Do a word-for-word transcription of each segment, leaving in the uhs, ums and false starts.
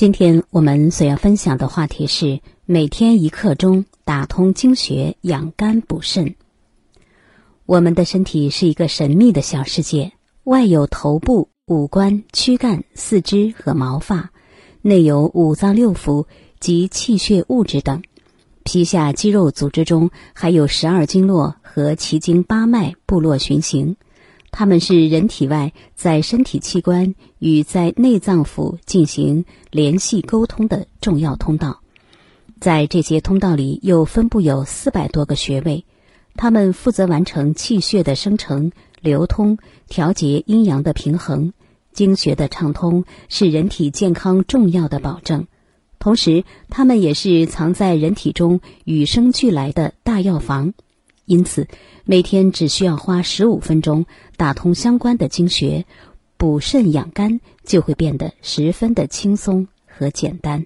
今天我们所要分享的话题是每天一刻钟打通经穴，养肝补肾。我们的身体是一个神秘的小世界，外有头部、五官、躯干、四肢和毛发，内有五脏六腑及气血物质等，皮下肌肉组织中还有十二经络和奇经八脉部落循行，它们是人体外在身体器官与在内脏腑进行联系沟通的重要通道。在这些通道里又分布有四百多个穴位，它们负责完成气血的生成、流通、调节阴阳的平衡。经穴的畅通是人体健康重要的保证，同时它们也是藏在人体中与生俱来的大药房。因此每天只需要花十五分钟打通相关的经穴，补肾养肝就会变得十分的轻松和简单。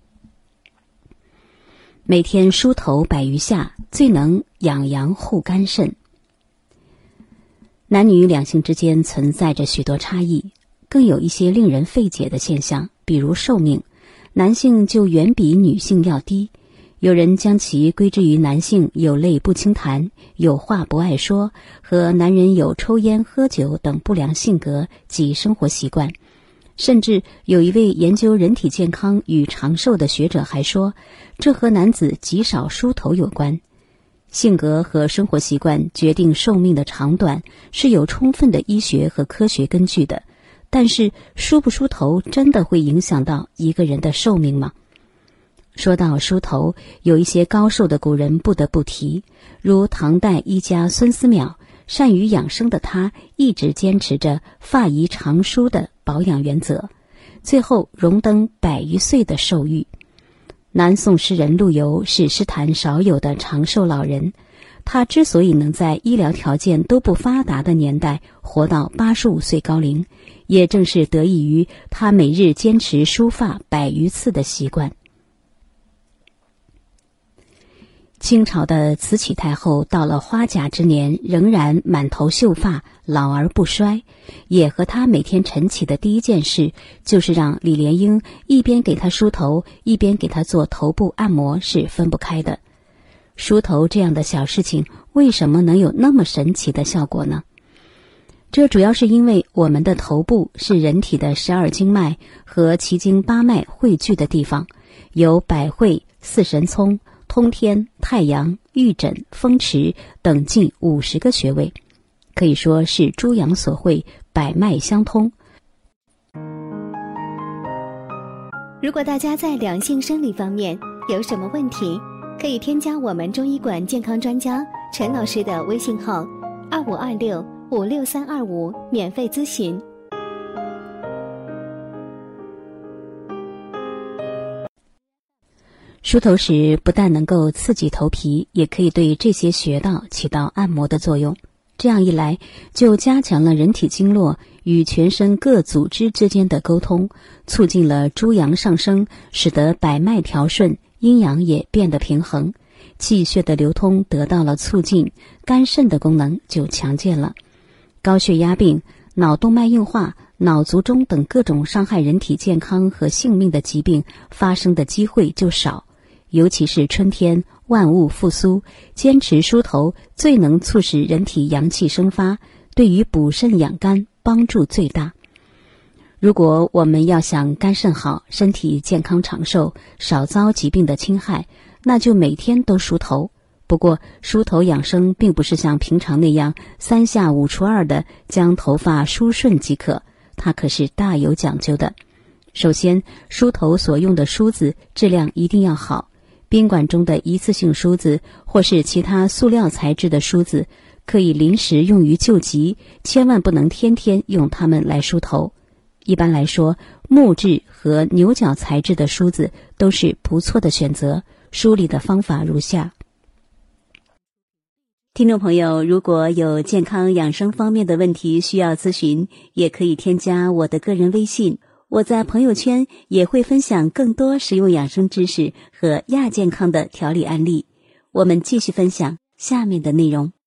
每天梳头百余下，最能养阳护肝肾。男女两性之间存在着许多差异，更有一些令人费解的现象，比如寿命，男性就远比女性要低。有人将其归之于男性有泪不轻弹、有话不爱说，和男人有抽烟喝酒等不良性格及生活习惯。甚至有一位研究人体健康与长寿的学者还说，这和男子极少梳头有关。性格和生活习惯决定寿命的长短是有充分的医学和科学根据的，但是梳不梳头真的会影响到一个人的寿命吗？说到梳头，有一些高寿的古人不得不提，如唐代医家孙思邈，善于养生的他一直坚持着发宜长梳的保养原则，最后荣登百余岁的寿誉。南宋诗人陆游是诗坛少有的长寿老人，他之所以能在医疗条件都不发达的年代活到八十五岁高龄，也正是得益于他每日坚持梳发百余次的习惯。清朝的慈禧太后到了花甲之年，仍然满头秀发，老而不衰，也和她每天晨起的第一件事就是让李莲英一边给她梳头，一边给她做头部按摩，是分不开的。梳头这样的小事情为什么能有那么神奇的效果呢？这主要是因为我们的头部是人体的十二经脉和奇经八脉汇聚的地方，有百会、四神聪、通天、太阳、玉枕、风池等近五十个穴位，可以说是诸阳所会，百脉相通。 如果大家在两性生理方面有什么问题，可以添加我们中医馆健康专家陈老师的微信号二五二六五六三二五免费咨询。 梳头时不但能够刺激头皮，也可以对这些穴道起到按摩的作用。这样一来，就加强了人体经络与全身各组织之间的沟通，促进了诸阳上升，使得百脉调顺，阴阳也变得平衡，气血的流通得到了促进，肝肾的功能就强健了。高血压病、脑动脉硬化、脑卒中等各种伤害人体健康和性命的疾病发生的机会就少。尤其是春天万物复苏，坚持梳头最能促使人体阳气生发，对于补肾养肝帮助最大。如果我们要想肝肾好，身体健康长寿，少遭疾病的侵害，那就每天都梳头。不过梳头养生并不是像平常那样三下五除二的将头发梳顺即可，它可是大有讲究的。首先，梳头所用的梳子质量一定要好，宾馆中的一次性梳子或是其他塑料材质的梳子可以临时用于救急，千万不能天天用它们来梳头。一般来说，木质和牛角材质的梳子都是不错的选择。梳理的方法如下。听众朋友，如果有健康养生方面的问题需要咨询，也可以添加我的个人微信，我在朋友圈也会分享更多实用养生知识和亚健康的调理案例。我们继续分享下面的内容。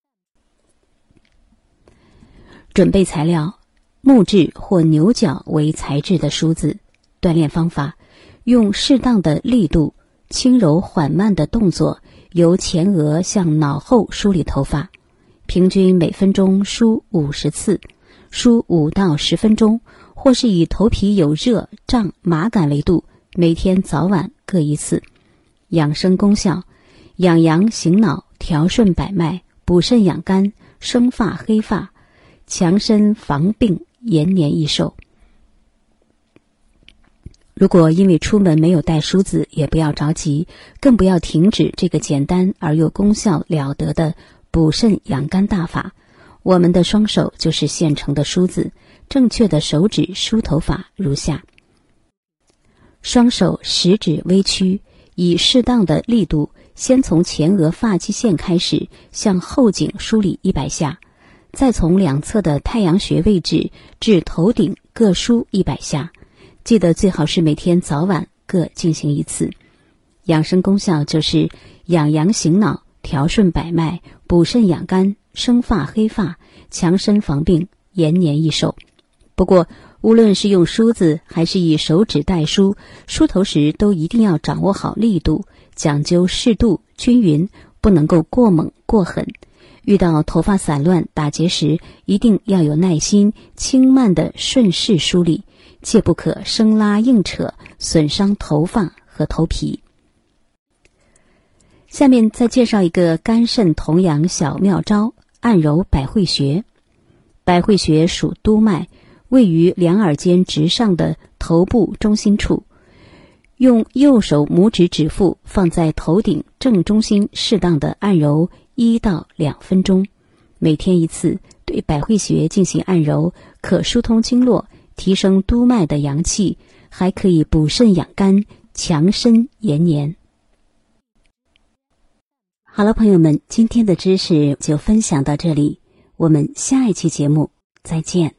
准备材料：木质或牛角为材质的梳子。锻炼方法： 用适当的力度，轻柔缓慢的动作，由前额向脑后梳理头发，平均每分钟梳五十次，梳五到十分钟，或是以头皮有热、胀、麻感为度，每天早晚各一次。养生功效：养阳醒脑，调顺百脉，补肾养肝，生发黑发，强身防病，延年益寿。如果因为出门没有带梳子，也不要着急，更不要停止这个简单而又功效了得的补肾养肝大法。我们的双手就是现成的梳子，正确的手指梳头发如下：双手食指微曲，以适当的力度，先从前额发际线开始向后颈梳理一百下，再从两侧的太阳穴位置至头顶各梳一百下。记得最好是每天早晚各进行一次。养生功效就是养阳醒脑，调顺百脉，补肾养肝，生发黑发，强身防病，延年益寿。不过无论是用梳子还是以手指代梳，梳头时都一定要掌握好力度，讲究适度均匀，不能够过猛过狠。遇到头发散乱打结时，一定要有耐心，轻慢的顺势梳理，切不可生拉硬扯，损伤头发和头皮。下面再介绍一个肝肾同阳小妙招：按揉百会穴。百会穴属督脉，位于两耳间直上的头部中心处。用右手拇指指腹放在头顶正中心，适当的按揉一到两分钟，每天一次，对百会穴进行按揉，可疏通经络，提升督脉的阳气，还可以补肾养肝，强身延年。好了，朋友们，今天的知识就分享到这里，我们下一期节目再见。